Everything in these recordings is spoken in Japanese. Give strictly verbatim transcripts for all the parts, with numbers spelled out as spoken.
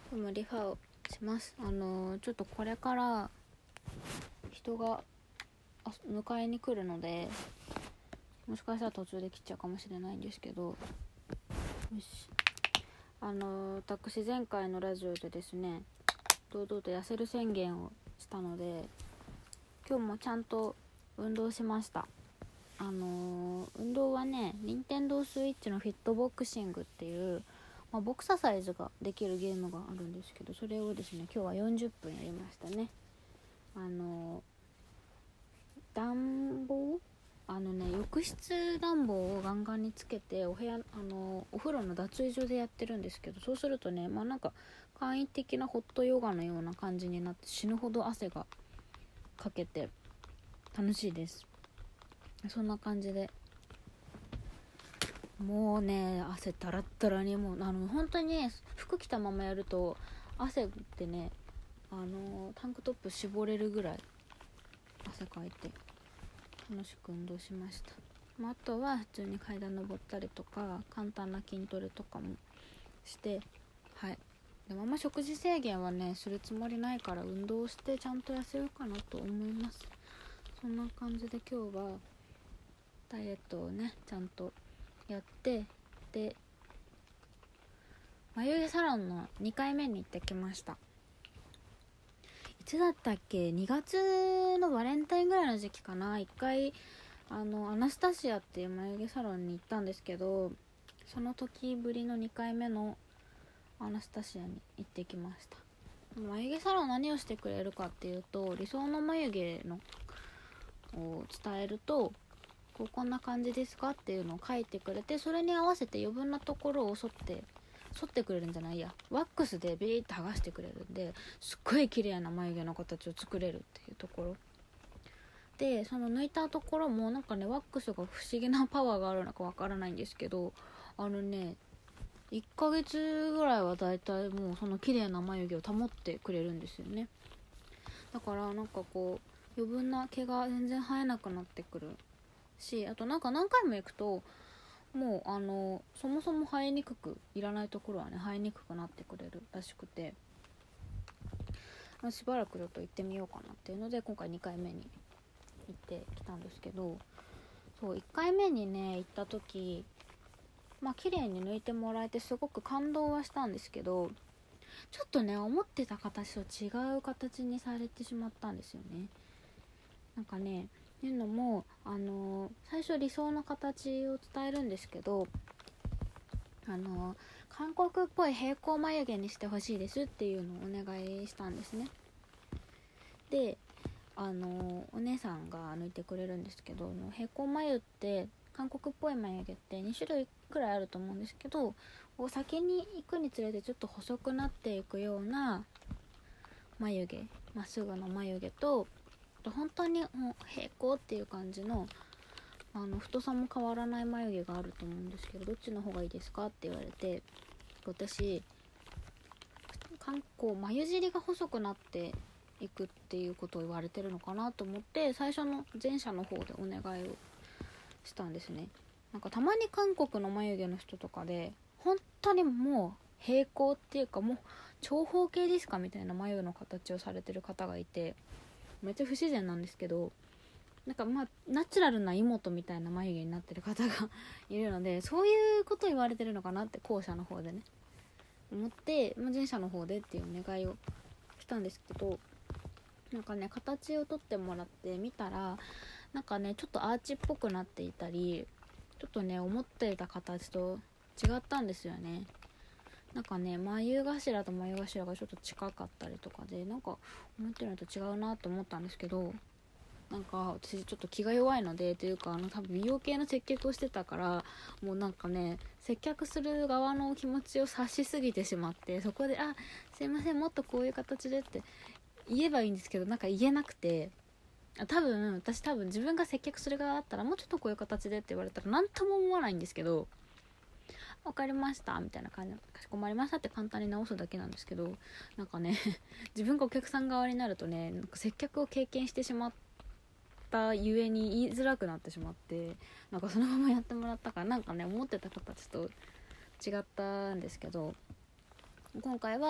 今日もリファをします。あのー、ちょっとこれから人が迎えに来るので、もしかしたら途中で切っちゃうかもしれないんですけど、よし。あのー、私前回のラジオでですね、堂々と痩せる宣言をしたので、今日もちゃんと運動しました。あのー、運動はね、任天堂スイッチのフィットボクシングっていう、まあ、ボクササイズができるゲームがあるんですけど、それをですね今日はよんじゅっぷんやりましたね。あの暖房あのね浴室暖房をガンガンにつけてお部屋あのお風呂の脱衣所でやってるんですけど、そうするとねまあなんか簡易的なホットヨガのような感じになって死ぬほど汗がかけて楽しいです。そんな感じでもうね汗だらだらに、もうあの本当にね服着たままやると汗ってねあのタンクトップ絞れるぐらい汗かいて楽しく運動しました。まあ、あとは普通に階段登ったりとか簡単な筋トレとかもして、はいでもあんま食事制限はねするつもりないから運動してちゃんと痩せようかなと思います。そんな感じで今日はダイエットをねちゃんとやって、で眉毛サロンのにかいめに行ってきました。いつだったっけ、にがつのバレンタインぐらいの時期かな。いっかいあのアナスタシアっていう眉毛サロンに行ったんですけど、その時ぶりのにかいめのアナスタシアに行ってきました。眉毛サロン何をしてくれるかっていうと、理想の眉毛のを伝えるとこうこんな感じですかっていうのを書いてくれて、それに合わせて余分なところを剃って剃ってくれるんじゃないやワックスでビーって剥がしてくれるんで、すっごい綺麗な眉毛の形を作れるっていうところで、その抜いたところもなんかねワックスが不思議なパワーがあるのかわからないんですけど、あのねいっかげつぐらいはだいたいもうその綺麗な眉毛を保ってくれるんですよね。だからなんかこう余分な毛が全然生えなくなってくるし、あとなんか何回も行くともうあのそもそも生えにくく、いらないところはね生えにくくなってくれるらしくて、しばらくちょっと行ってみようかなっていうので今回にかいめに行ってきたんですけど、そういっかいめにね行った時まあ綺麗に抜いてもらえてすごく感動はしたんですけど、ちょっとね思ってた形と違う形にされてしまったんですよね。なんかねっていうのもあの最初理想の形を伝えるんですけど、あの韓国っぽい平行眉毛にしてほしいですっていうのをお願いしたんですね。であのお姉さんが抜いてくれるんですけど、平行眉って韓国っぽい眉毛ってにしゅるいくらいあると思うんですけど、先に行くにつれてちょっと細くなっていくような眉毛、まっすぐの眉毛と本当にもう平行っていう感じのあの太さも変わらない眉毛があると思うんですけど、どっちの方がいいですかって言われて、私韓国眉尻が細くなっていくっていうことを言われてるのかなと思って最初の前者の方でお願いをしたんですね。なんかたまに韓国の眉毛の人とかで本当にもう平行っていうかもう長方形ですかみたいな眉の形をされてる方がいて、めっちゃ不自然なんですけど、なんかまあナチュラルな妹みたいな眉毛になってる方がいるので、そういうこと言われてるのかなって後者の方でね思って、前者の方でっていうお願いをしたんですけど、なんかね形をとってもらってみたらなんかねちょっとアーチっぽくなっていたり、ちょっとね思っていた形と違ったんですよね。なんかね眉頭と眉頭がちょっと近かったりとかで、なんか思ってるのと違うなと思ったんですけど、なんか私ちょっと気が弱いのでというかあの多分美容系の接客をしてたから、もうなんかね接客する側の気持ちを察しすぎてしまって、そこであすいませんもっとこういう形でって言えばいいんですけど、なんか言えなくて、多分私多分自分が接客する側だったらもうちょっとこういう形でって言われたら何とも思わないんですけど、わかりましたみたいな感じでかしこまりましたって簡単に直すだけなんですけど、なんかね自分がお客さん側になるとねなんか接客を経験してしまったゆえに言いづらくなってしまって、なんかそのままやってもらったからなんかね思ってた形と違ったんですけど、今回は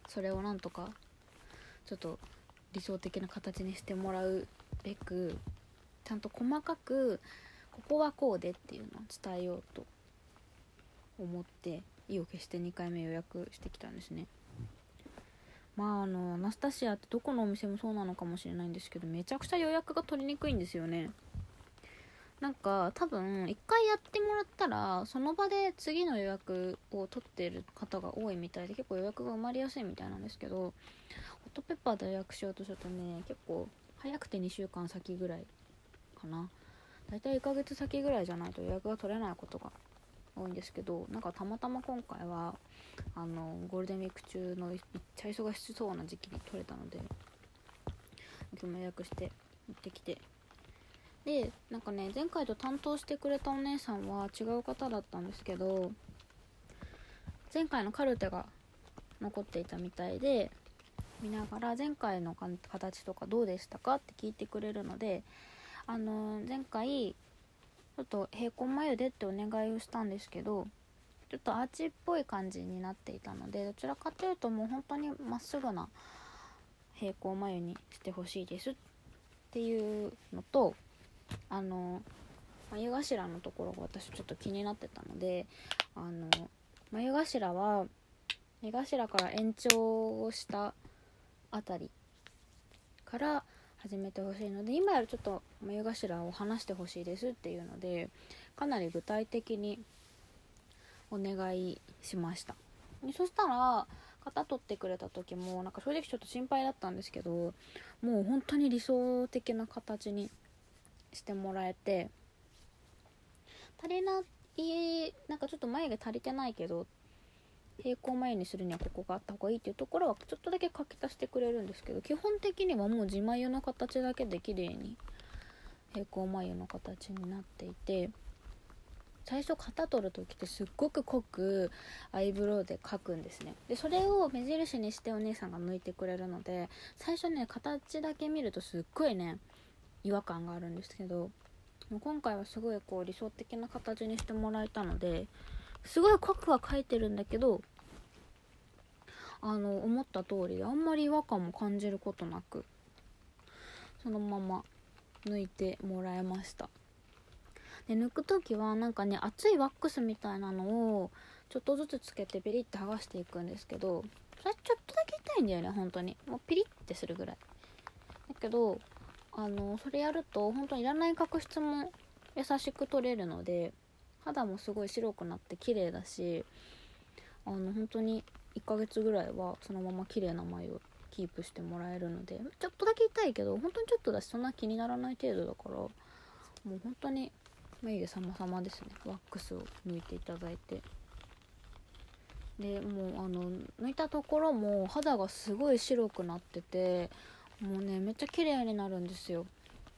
それをなんとかちょっと理想的な形にしてもらうべく、ちゃんと細かくここはこうでっていうのを伝えようと思って意を決してにかいめ予約してきたんですね。まああのアナスタシアってどこのお店もそうなのかもしれないんですけど、めちゃくちゃ予約が取りにくいんですよね。なんか多分一回やってもらったらその場で次の予約を取ってる方が多いみたいで、結構予約が埋まりやすいみたいなんですけど、ホットペッパーで予約しようとするとね、結構早くてにしゅうかん先ぐらいかな、だいたいいっかげつ先ぐらいじゃないと予約が取れないことが多いんですけど、なんかたまたま今回はあのゴールデンウィーク中のいっちゃ忙しそうな時期に取れたので、今日も予約して行ってきて、でなんかね、前回と担当してくれたお姉さんは違う方だったんですけど、前回のカルテが残っていたみたいで、見ながら前回の形とかどうでしたかって聞いてくれるので、あの前回ちょっと平行眉でってお願いをしたんですけど、ちょっとアーチっぽい感じになっていたので、どちらかというともう本当にまっすぐな平行眉にしてほしいですっていうのと、あの眉頭のところが私ちょっと気になってたので、あの眉頭は目頭から延長をしたあたりから始めてほしいので、今よりちょっと眉頭を離してほしいですっていうので、かなり具体的にお願いしました。でそしたら型取ってくれた時もなんか正直ちょっと心配だったんですけど、もう本当に理想的な形にしてもらえて、足りないなんかちょっと眉毛足りてないけど平行眉にするにはここがあった方がいいっていうところはちょっとだけ書き足してくれるんですけど、基本的にはもう自眉の形だけで綺麗に平行眉の形になっていて、最初型取る時ってすっごく濃くアイブロウで描くんですね。でそれを目印にしてお姉さんが抜いてくれるので、最初ね形だけ見るとすっごいね違和感があるんですけど、今回はすごいこう理想的な形にしてもらえたので、すごい濃くは描いてるんだけど、あの思った通りあんまり違和感も感じることなくそのまま抜いてもらえました。で抜く時はなんかね熱いワックスみたいなのをちょっとずつつけてピリッて剥がしていくんですけど、それちょっとだけ痛いんだよね本当に、もうピリッてするぐらいだけど、あのそれやると本当にいらない角質も優しく取れるので、肌もすごい白くなって綺麗だし、あの本当にいっかげつぐらいはそのまま綺麗な眉をキープしてもらえるので、ちょっとだけ痛いけど本当にちょっとだしそんな気にならない程度だから、もう本当に眉毛様々ですね。ワックスを抜いていただいて、でもうあの抜いたところも肌がすごい白くなってて、もうねめっちゃ綺麗になるんですよ。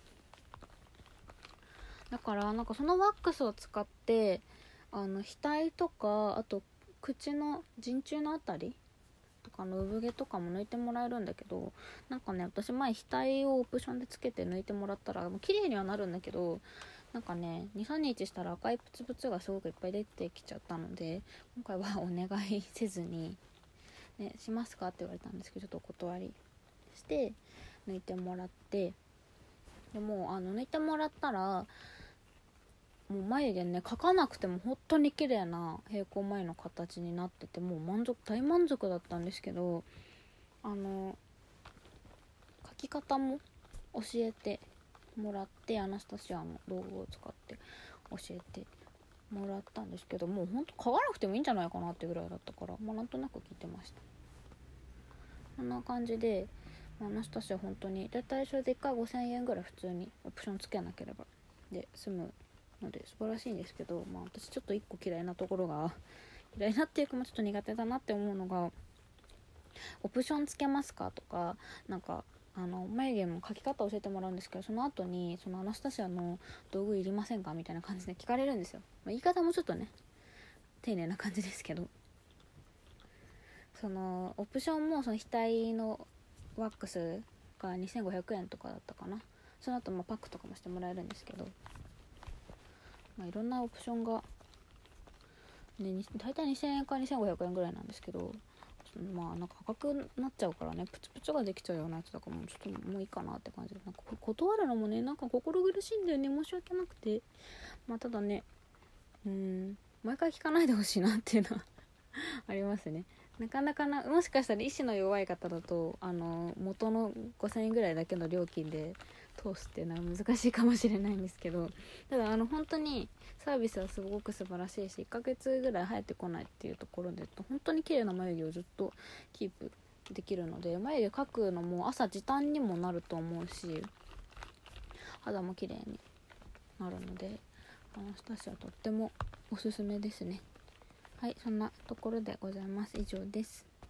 だからなんかそのワックスを使ってあの額とか、あと口の陣中のあたりとかの産毛とかも抜いてもらえるんだけど、なんかね私前額をオプションでつけて抜いてもらったらもう綺麗にはなるんだけど、なんかね にさんにちしたら赤いプツプツがすごくいっぱい出てきちゃったので、今回はお願いせずに、ね、しますかって言われたんですけどちょっとお断りして抜いてもらって、でもあの抜いてもらったらもう眉毛ね描かなくても本当に綺麗な平行眉の形になってて、もう満足大満足だったんですけど、あの描き方も教えてもらって、アナスタシアの道具を使って教えてもらったんですけど、もうほんと描かなくてもいいんじゃないかなってぐらいだったから、まあなんとなく聞いてました。そんな感じで、まあ、アナスタシア本当にだいたいそれでいっかいごせんえんぐらい普通にオプションつけなければで済むので素晴らしいんですけど、まあ私ちょっと一個嫌いなところが嫌いなっていうか、まあちょっと苦手だなって思うのが、オプションつけますかとか、なんかあの眉毛も描き方教えてもらうんですけど、その後にそのアナスタシアの道具いりませんかみたいな感じで聞かれるんですよ。まあ、言い方もちょっとね丁寧な感じですけど、そのオプションもその額のワックスがにせんごひゃくえんとかだったかな。その後まあパックとかもしてもらえるんですけど、まあ、いろんなオプションが、ね、大体にせんえんかにせんごひゃくえんぐらいなんですけど、 まあなんか赤くなっちゃうからね、プツプツができちゃうようなやつだから、もうちょっともういいかなって感じで、なんか断るのもねなんか心苦しいんだよね、申し訳なくて。まあただね、うーん毎回聞かないでほしいなっていうのはありますね。なかなかな、もしかしたら意志の弱い方だとあの元のごせんえんぐらいだけの料金で通すっていうのは難しいかもしれないんですけど、ただあの本当にサービスはすごく素晴らしいし、いっかげつぐらい生えてこないっていうところで本当に綺麗な眉毛をずっとキープできるので、眉毛描くのも朝時短にもなると思うし、肌も綺麗になるので、あの私はとってもおすすめですね。はい、そんなところでございます。以上です。